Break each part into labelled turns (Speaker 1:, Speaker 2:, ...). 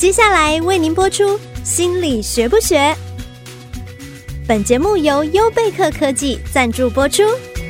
Speaker 1: 接下来为您播出心理学不学。本节目由优贝克科技赞助播出。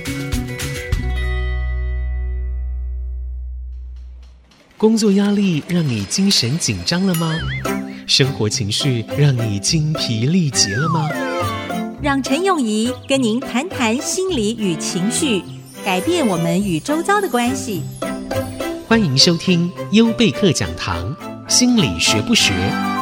Speaker 2: 工作压力让你精神紧张了吗？生活情绪让你精疲力竭了吗？
Speaker 3: 让陈永仪跟您谈谈心理与情绪，改变我们与周遭的关系。
Speaker 2: 欢迎收听优贝克讲堂，心理学不学？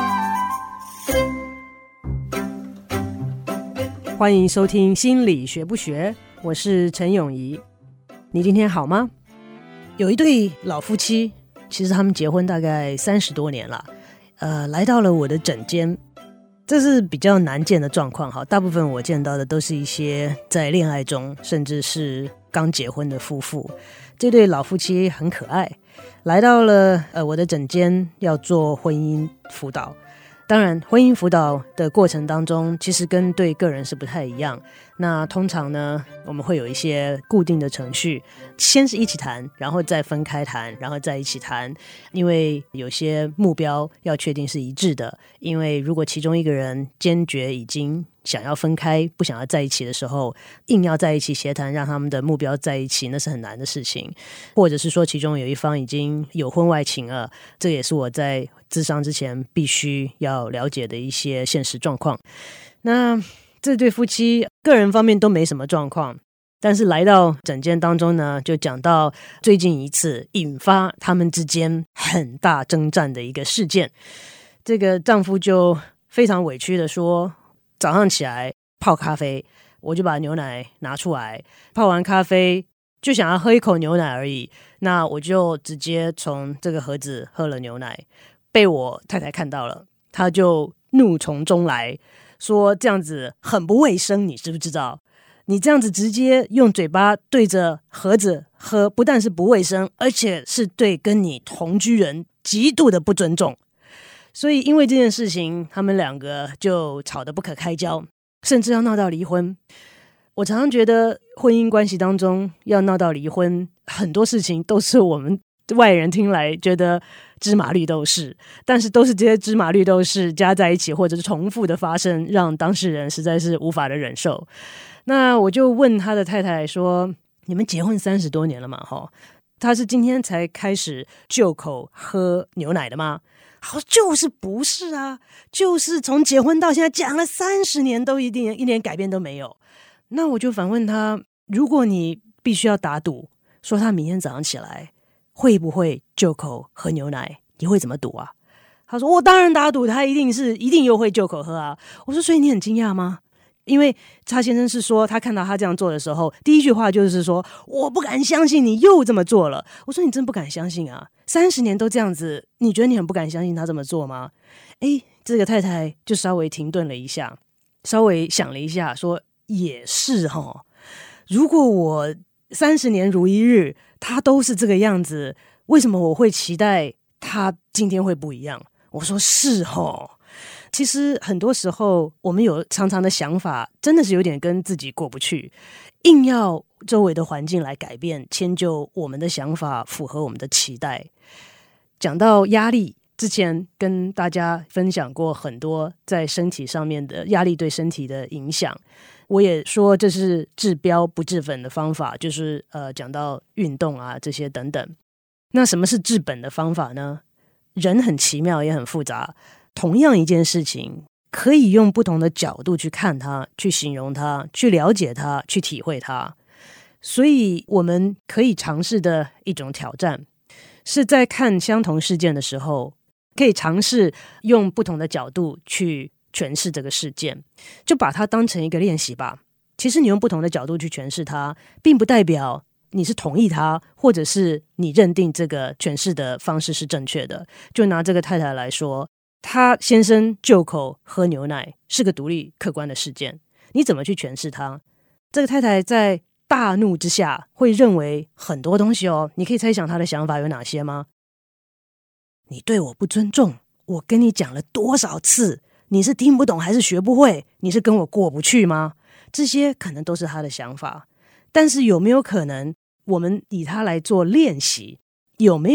Speaker 4: 欢迎收听心理学不学，我是陈永仪。你今天好吗？有一对老夫妻，其实他们结婚大概30多年了，来到了我的诊间。这是比较难见的状况，大部分我见到的都是一些在恋爱中，甚至是刚结婚的夫妇。这对老夫妻很可爱，来到了我的诊间要做婚姻辅导。当然婚姻辅导的过程当中，其实跟对个人是不太一样。那通常呢，我们会有一些固定的程序，先是一起谈，然后再分开谈，然后再一起谈。因为有些目标要确定是一致的，因为如果其中一个人坚决已经想要分开，不想要在一起的时候，硬要在一起协谈让他们的目标在一起，那是很难的事情。或者是说其中有一方已经有婚外情了，这也是我在咨商之前必须要了解的一些现实状况。那这对夫妻个人方面都没什么状况，但是来到诊间当中呢，就讲到最近一次引发他们之间很大征战的一个事件。这个丈夫就非常委屈的说，早上起来泡咖啡，我就把牛奶拿出来，泡完咖啡就想要喝一口牛奶而已，那我就直接从这个盒子喝了牛奶，被我太太看到了，她就怒从中来，说这样子很不卫生，你知不知道？你这样子直接用嘴巴对着盒子喝，不但是不卫生，而且是对跟你同居人极度的不尊重。所以因为这件事情，他们两个就吵得不可开交，甚至要闹到离婚。我常常觉得婚姻关系当中要闹到离婚，很多事情都是我们外人听来觉得芝麻绿豆事，但是都是这些芝麻绿豆事加在一起或者是重复的发生，让当事人实在是无法的忍受。那我就问他的太太说，你们结婚30多年了嘛？他是今天才开始就口喝牛奶的吗？就是不是啊，就是从结婚到现在讲了30年都一点改变都没有。那我就反问他，如果你必须要打赌说他明天早上起来会不会就口喝牛奶，你会怎么赌啊？他说我当然打赌他一定又会就口喝啊。我说所以你很惊讶吗？因为查先生是说他看到他这样做的时候，第一句话就是说我不敢相信你又这么做了。我说你真不敢相信啊，30年都这样子，你觉得你很不敢相信他这么做吗？这个太太就稍微停顿了一下，稍微想了一下，说也是如果我30年如一日他都是这个样子，为什么我会期待他今天会不一样？我说是其实很多时候我们有常常的想法真的是有点跟自己过不去，硬要周围的环境来改变迁就我们的想法符合我们的期待。讲到压力，之前跟大家分享过很多在身体上面的压力对身体的影响，我也说这是治标不治本的方法，就是讲到运动啊这些等等。那什么是治本的方法呢？人很奇妙也很复杂，同样一件事情可以用不同的角度去看它，去形容它，去了解它，去体会它。所以我们可以尝试的一种挑战，是在看相同事件的时候，可以尝试用不同的角度去诠释这个事件，就把它当成一个练习吧。其实你用不同的角度去诠释它，并不代表你是同意它，或者是你认定这个诠释的方式是正确的。就拿这个太太来说，她先生就口喝牛奶是个独立客观的事件，你怎么去诠释它？这个太太在大怒之下会认为很多东西你可以猜想她的想法有哪些吗？你对我不尊重，我跟你讲了多少次，你是听不懂还是学不会？你是跟我过不去吗？这些可能都是她的想法。但是有没有可能我们以它来做练习，有没有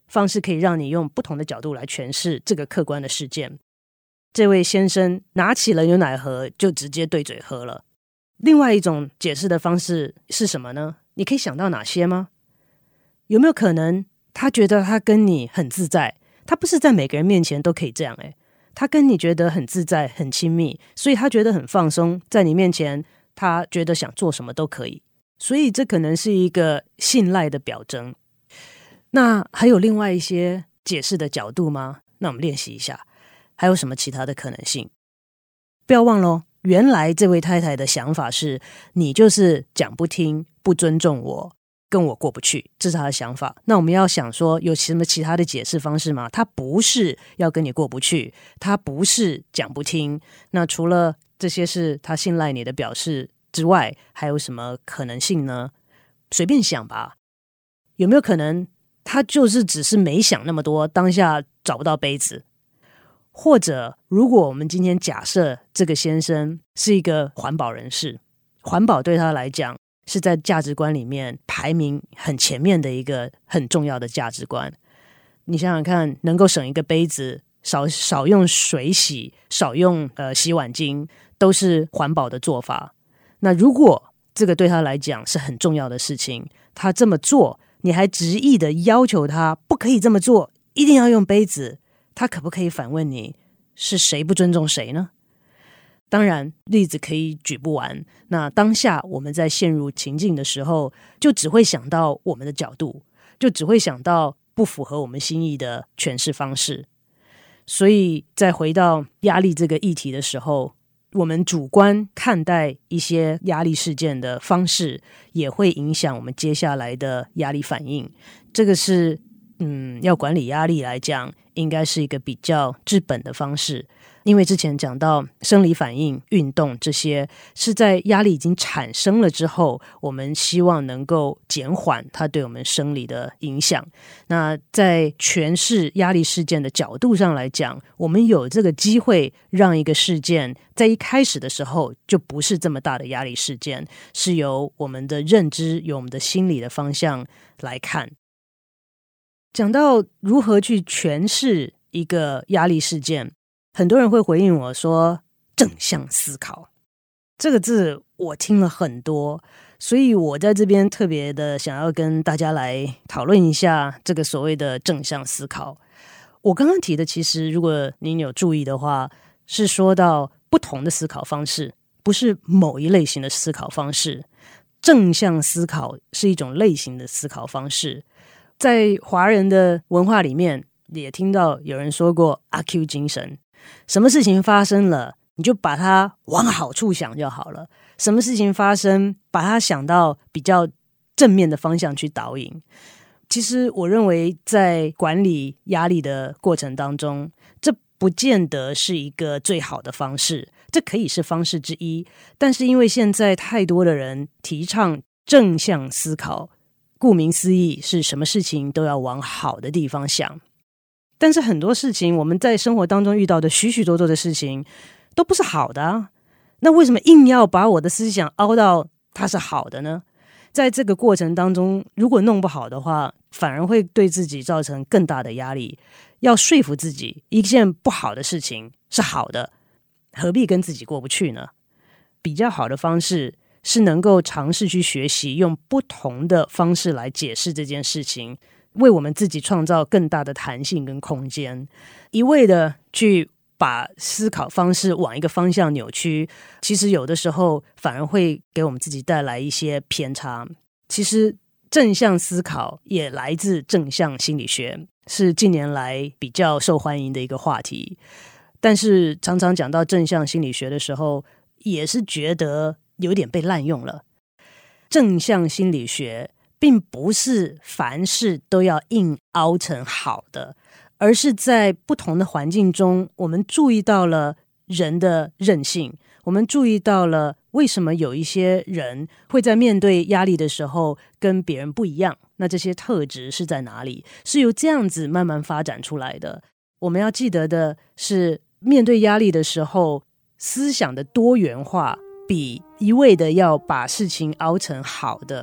Speaker 4: 方式可以让你用不同的角度来诠释这个客观的事件。这位先生拿起了牛奶盒就直接对嘴喝了。另外一种解释的方式是什么呢？你可以想到哪些吗？有没有可能他觉得他跟你很自在，他不是在每个人面前都可以这样他跟你觉得很自在很亲密，所以他觉得很放松，在你面前他觉得想做什么都可以，所以这可能是一个信赖的表征。那还有另外一些解释的角度吗？那我们练习一下，还有什么其他的可能性？不要忘了，原来这位太太的想法是你就是讲不听，不尊重我，跟我过不去，这是她的想法。那我们要想说有什么其他的解释方式吗？她不是要跟你过不去，她不是讲不听。那除了这些是她信赖你的表示之外，还有什么可能性呢？随便想吧。有没有可能她就是只是没想那么多，当下找不到杯子？或者如果我们今天假设这个先生是一个环保人士，环保对他来讲是在价值观里面排名很前面的一个很重要的价值观。你想想看，能够省一个杯子，少用水洗，少用洗碗巾，都是环保的做法。那如果这个对他来讲是很重要的事情，他这么做，你还执意的要求他不可以这么做，一定要用杯子，他可不可以反问你，是谁不尊重谁呢？当然例子可以举不完，那当下我们在陷入情境的时候，就只会想到我们的角度，就只会想到不符合我们心意的诠释方式。所以再回到压力这个议题的时候，我们主观看待一些压力事件的方式，也会影响我们接下来的压力反应。这个是要管理压力来讲，应该是一个比较治本的方式。因为之前讲到生理反应、运动这些是在压力已经产生了之后，我们希望能够减缓它对我们生理的影响。那在诠释压力事件的角度上来讲，我们有这个机会让一个事件在一开始的时候就不是这么大的压力事件，是由我们的认知、由我们的心理的方向来看。讲到如何去诠释一个压力事件，很多人会回应我说正向思考，这个字我听了很多，所以我在这边特别的想要跟大家来讨论一下这个所谓的正向思考。我刚刚提的其实如果您有注意的话，是说到不同的思考方式，不是某一类型的思考方式。正向思考是一种类型的思考方式，在华人的文化里面也听到有人说过阿 Q 精神，什么事情发生了你就把它往好处想就好了，什么事情发生把它想到比较正面的方向去导引。其实我认为在管理压力的过程当中，这不见得是一个最好的方式，这可以是方式之一，但是因为现在太多的人提倡正向思考，顾名思义是什么事情都要往好的地方想，但是很多事情我们在生活当中遇到的许许多多的事情都不是好的啊，那为什么硬要把我的思想凹到它是好的呢？在这个过程当中，如果弄不好的话，反而会对自己造成更大的压力。要说服自己一件不好的事情是好的，何必跟自己过不去呢？比较好的方式是能够尝试去学习，用不同的方式来解释这件事情，为我们自己创造更大的弹性跟空间。一味的去把思考方式往一个方向扭曲，其实有的时候反而会给我们自己带来一些偏差。其实正向思考也来自正向心理学，是近年来比较受欢迎的一个话题。但是常常讲到正向心理学的时候，也是觉得有点被滥用了。正向心理学并不是凡事都要硬凹成好的，而是在不同的环境中，我们注意到了人的韧性，我们注意到了为什么有一些人会在面对压力的时候跟别人不一样，那这些特质是在哪里，是由这样子慢慢发展出来的。我们要记得的是，面对压力的时候，思想的多元化比一味的要把事情凹成好的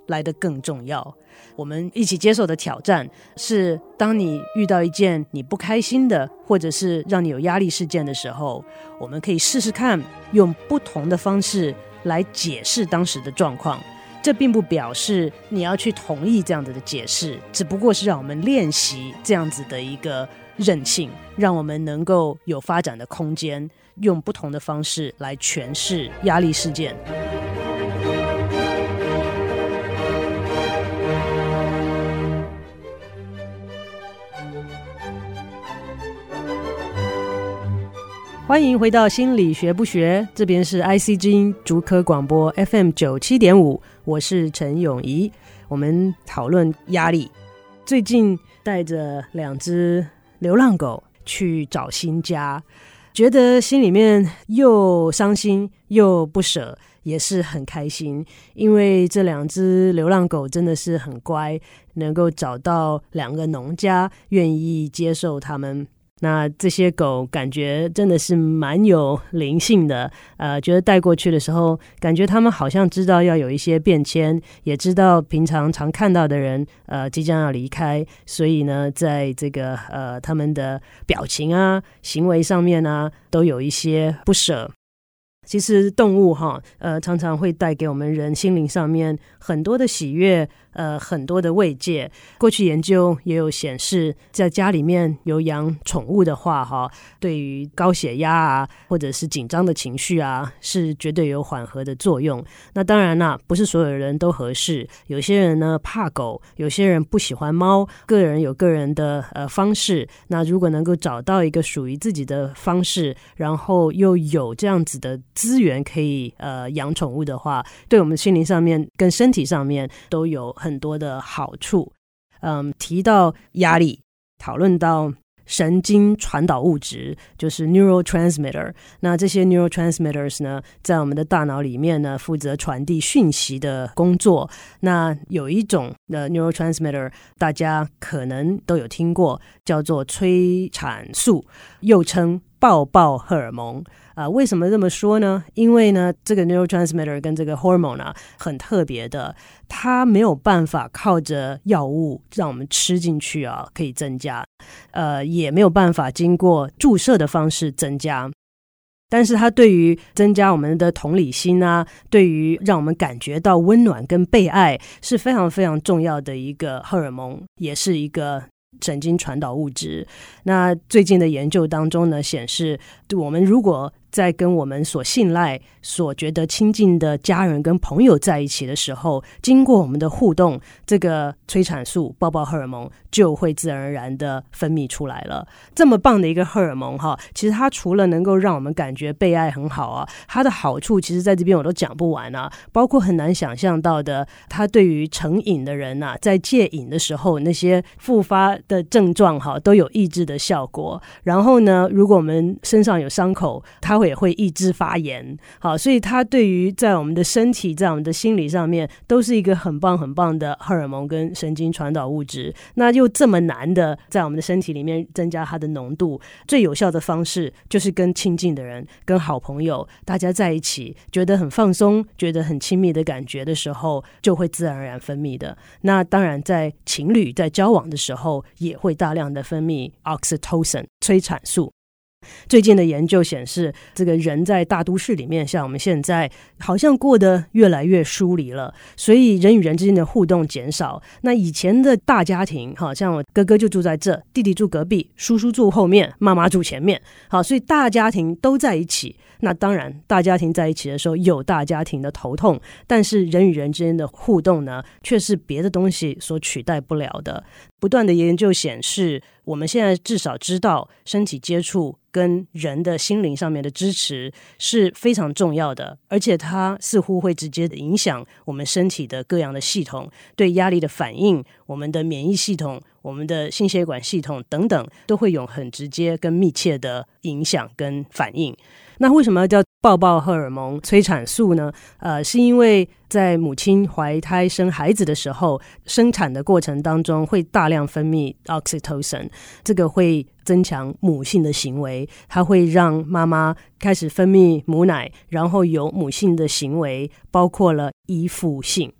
Speaker 4: 来得更重要。我们一起接受的挑战是，当你遇到一件你不开心的，或者是让你有压力事件的时候，我们可以试试看用不同的方式来解释当时的状况。这并不表示你要去同意这样子的解释，只不过是让我们练习这样子的一个韧性，让我们能够有发展的空间，用不同的方式来诠释压力事件。欢迎回到心理学不学，这边是 IC 之音竹科广播 FM 97.5， 我是陈永怡。我们讨论压力。最近带着2只流浪狗去找新家，觉得心里面又伤心又不舍，也是很开心，因为这2只流浪狗真的是很乖，能够找到2个农家愿意接受它们。那这些狗感觉真的是蛮有灵性的，觉得带过去的时候，感觉他们好像知道要有一些变迁，也知道平常常看到的人即将要离开，所以呢，在这个他们的表情啊、行为上面啊，都有一些不舍。其实动物常常会带给我们人心灵上面很多的喜悦，很多的慰藉。过去研究也有显示，在家里面有养宠物的话，对于高血压啊，或者是紧张的情绪啊，是绝对有缓和的作用。那当然啦，不是所有人都合适，有些人呢怕狗，有些人不喜欢猫，个人有个人的方式。那如果能够找到一个属于自己的方式，然后又有这样子的资源可以养宠物的话，对我们心灵上面跟身体上面都有很多的好处。提到压力，讨论到神经传导物质，就是 neurotransmitter。 那这些 neurotransmitters 呢，在我们的大脑里面呢，负责传递讯息的工作。那有一种的 neurotransmitter 大家可能都有听过，叫做催产素，又称抱抱荷尔蒙。为什么这么说呢？因为呢，这个 neurotransmitter 跟这个 hormone 很特别的，它没有办法靠着药物让我们吃进去可以增加，也没有办法经过注射的方式增加。但是它对于增加我们的同理心啊，对于让我们感觉到温暖跟被爱，是非常非常重要的一个荷尔蒙，也是一个神经传导物质。那最近的研究当中呢，显示我们如果在跟我们所信赖、所觉得亲近的家人跟朋友在一起的时候，经过我们的互动，这个催产素、抱抱荷尔蒙就会自然而然的分泌出来了。这么棒的一个荷尔蒙其实它除了能够让我们感觉被爱很好它的好处其实在这边我都讲不完包括很难想象到的，它对于成瘾的人在戒瘾的时候，那些复发的症状都有抑制的效果。然后呢，如果我们身上有伤口，它也会抑制发炎。所以它对于在我们的身体、在我们的心理上面，都是一个很棒很棒的荷尔蒙跟神经传导物质。那又这么难的在我们的身体里面增加它的浓度，最有效的方式就是跟亲近的人、跟好朋友大家在一起，觉得很放松、觉得很亲密的感觉的时候，就会自然而然分泌的。那当然在情侣在交往的时候，也会大量的分泌 oxytocin 催产素。最近的研究显示，这个人在大都市里面，像我们现在好像过得越来越疏离了，所以人与人之间的互动减少。那以前的大家庭，像我哥哥就住在这，弟弟住隔壁，叔叔住后面，妈妈住前面，所以大家庭都在一起。那当然大家庭在一起的时候有大家庭的头痛，但是人与人之间的互动呢，却是别的东西所取代不了的。不断的研究显示，我们现在至少知道身体接触跟人的心灵上面的支持是非常重要的，而且它似乎会直接的影响我们身体的各样的系统，对压力的反应，我们的免疫系统，我们的心血管系统等等，都会有很直接跟密切的影响跟反应。那为什么要叫抱抱荷尔蒙催产素呢？是因为在母亲怀胎生孩子的时候，生产的过程当中会大量分泌 oxytocin， 这个会增强母性的行为，它会让妈妈开始分泌母奶，然后有母性的行为，包括了依附性。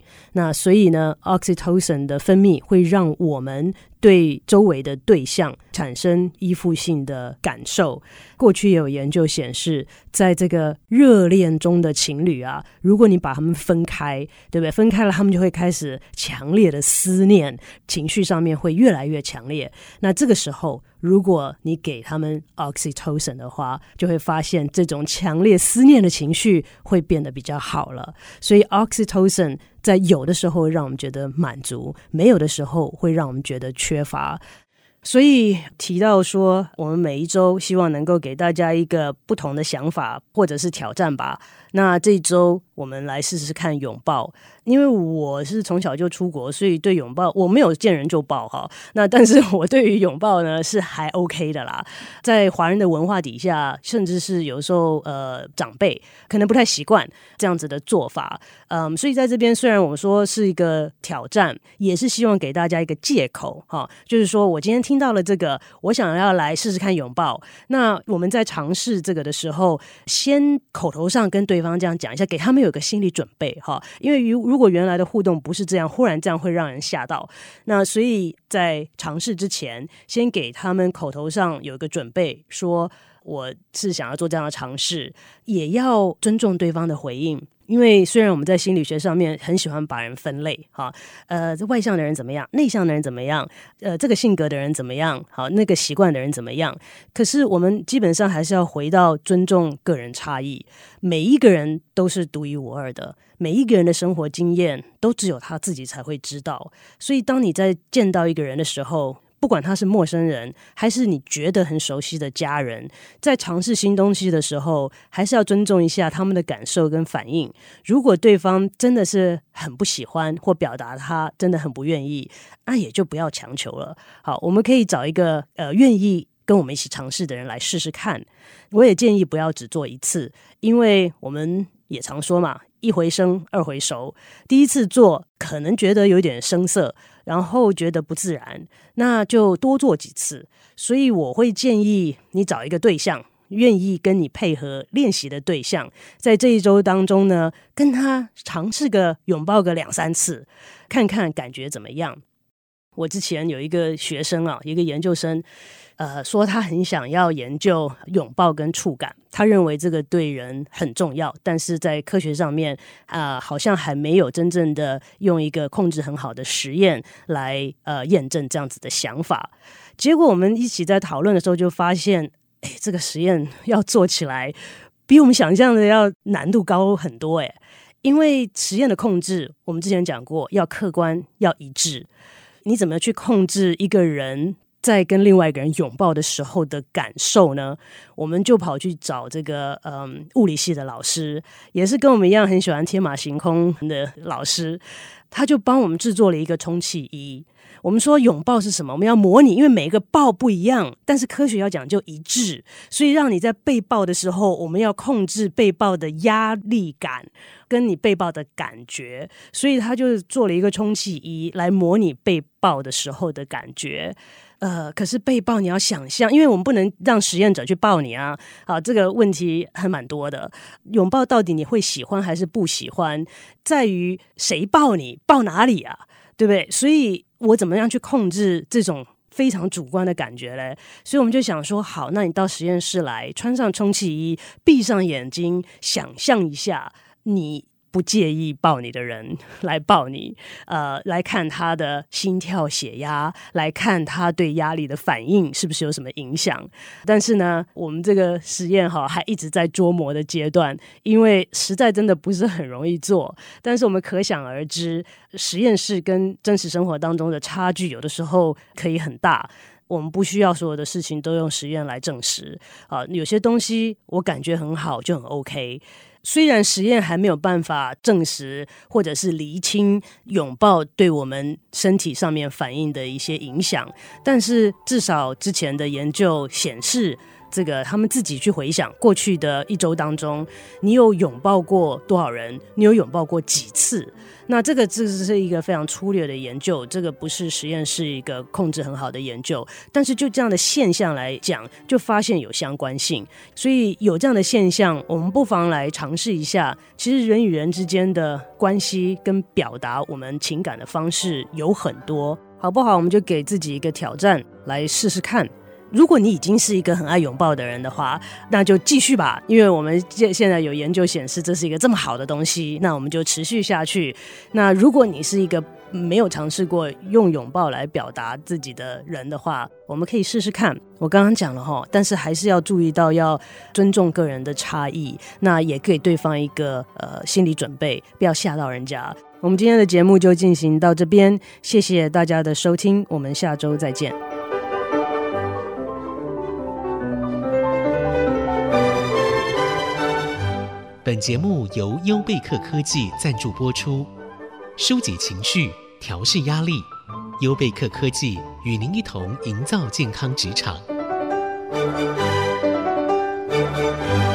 Speaker 4: 那所以呢 oxytocin 的分泌会让我们对周围的对象产生依附性的感受。过去也有研究显示，在这个热恋中的情侣啊，如果你把他们分开，对不对？分开了，他们就会开始强烈的思念，情绪上面会越来越强烈。那这个时候，如果你给他们 oxytocin 的话，就会发现这种强烈思念的情绪会变得比较好了。所以 oxytocin 在有的时候让我们觉得满足，没有的时候会让我们觉得缺乏。所以提到说，我们每一周希望能够给大家一个不同的想法或者是挑战吧。那这一周我们来试试看拥抱，因为我是从小就出国，所以对拥抱我没有见人就抱哈。那但是我对于拥抱呢是还 OK 的啦。在华人的文化底下，甚至是有时候长辈可能不太习惯这样子的做法，所以在这边虽然我们说是一个挑战，也是希望给大家一个借口哈，就是说我今天听到了这个，我想要来试试看拥抱。那我们在尝试这个的时候，先口头上跟对方这样讲一下，给他们有个心理准备哈。因为如果原来的互动不是这样，忽然这样会让人吓到。那所以在尝试之前，先给他们口头上有一个准备，说我是想要做这样的尝试，也要尊重对方的回应。因为虽然我们在心理学上面很喜欢把人分类哈，外向的人怎么样，内向的人怎么样，这个性格的人怎么样，好，那个习惯的人怎么样，可是我们基本上还是要回到尊重个人差异。每一个人都是独一无二的，每一个人的生活经验都只有他自己才会知道。所以当你在见到一个人的时候，不管他是陌生人还是你觉得很熟悉的家人，在尝试新东西的时候，还是要尊重一下他们的感受跟反应。如果对方真的是很不喜欢，或表达他真的很不愿意，那也就不要强求了。好，我们可以找一个愿意跟我们一起尝试的人来试试看。我也建议不要只做一次，因为我们也常说嘛，一回生二回熟。第一次做可能觉得有点生涩，然后觉得不自然，那就多做几次。所以我会建议你找一个对象，愿意跟你配合练习的对象，在这一周当中呢，跟他尝试个拥抱个2-3次，看看感觉怎么样。我之前有一个学生啊，一个研究生，说他很想要研究拥抱跟触感，他认为这个对人很重要，但是在科学上面好像还没有真正的用一个控制很好的实验来验证这样子的想法。结果我们一起在讨论的时候就发现，这个实验要做起来比我们想象的要难度高很多因为实验的控制我们之前讲过，要客观要一致。你怎么去控制一个人在跟另外一个人拥抱的时候的感受呢？我们就跑去找这个物理系的老师，也是跟我们一样很喜欢天马行空的老师，他就帮我们制作了一个充气衣。我们说拥抱是什么？我们要模拟，因为每一个抱不一样，但是科学要讲究一致，所以让你在被抱的时候，我们要控制被抱的压力感跟你被抱的感觉，所以他就做了一个充气衣来模拟被抱的时候的感觉。可是被抱你要想象，因为我们不能让实验者去抱你啊，这个问题还蛮多的。拥抱到底你会喜欢还是不喜欢，在于谁抱你，抱哪里啊，对不对？所以我怎么样去控制这种非常主观的感觉嘞？所以我们就想说，好，那你到实验室来，穿上充气衣，闭上眼睛，想象一下你不介意抱你的人来抱你，来看他的心跳血压，来看他对压力的反应是不是有什么影响。但是呢，我们这个实验还一直在琢磨的阶段，因为实在真的不是很容易做。但是我们可想而知，实验室跟真实生活当中的差距有的时候可以很大。我们不需要所有的事情都用实验来证实有些东西我感觉很好就很 OK。虽然实验还没有办法证实或者是厘清拥抱对我们身体上面反应的一些影响，但是至少之前的研究显示，这个他们自己去回想过去的一周当中，你有拥抱过多少人，你有拥抱过几次， 那这个只是一个非常粗略的研究，这个不是实验室一个控制很好的研究，但是就这样的现象来讲，就发现有相关性。所以有这样的现象，我们不妨来尝试一下，其实人与人之间的关系跟表达我们情感的方式有很多，好不好？我们就给自己一个挑战来试试看。如果你已经是一个很爱拥抱的人的话，那就继续吧，因为我们现在有研究显示这是一个这么好的东西，那我们就持续下去。那如果你是一个没有尝试过用拥抱来表达自己的人的话，我们可以试试看。我刚刚讲了但是还是要注意到要尊重个人的差异，那也给对方一个心理准备，不要吓到人家。我们今天的节目就进行到这边，谢谢大家的收听，我们下周再见。
Speaker 2: 本节目由优贝克科技赞助播出，疏解情绪，调适压力，优贝克科技与您一同营造健康职场。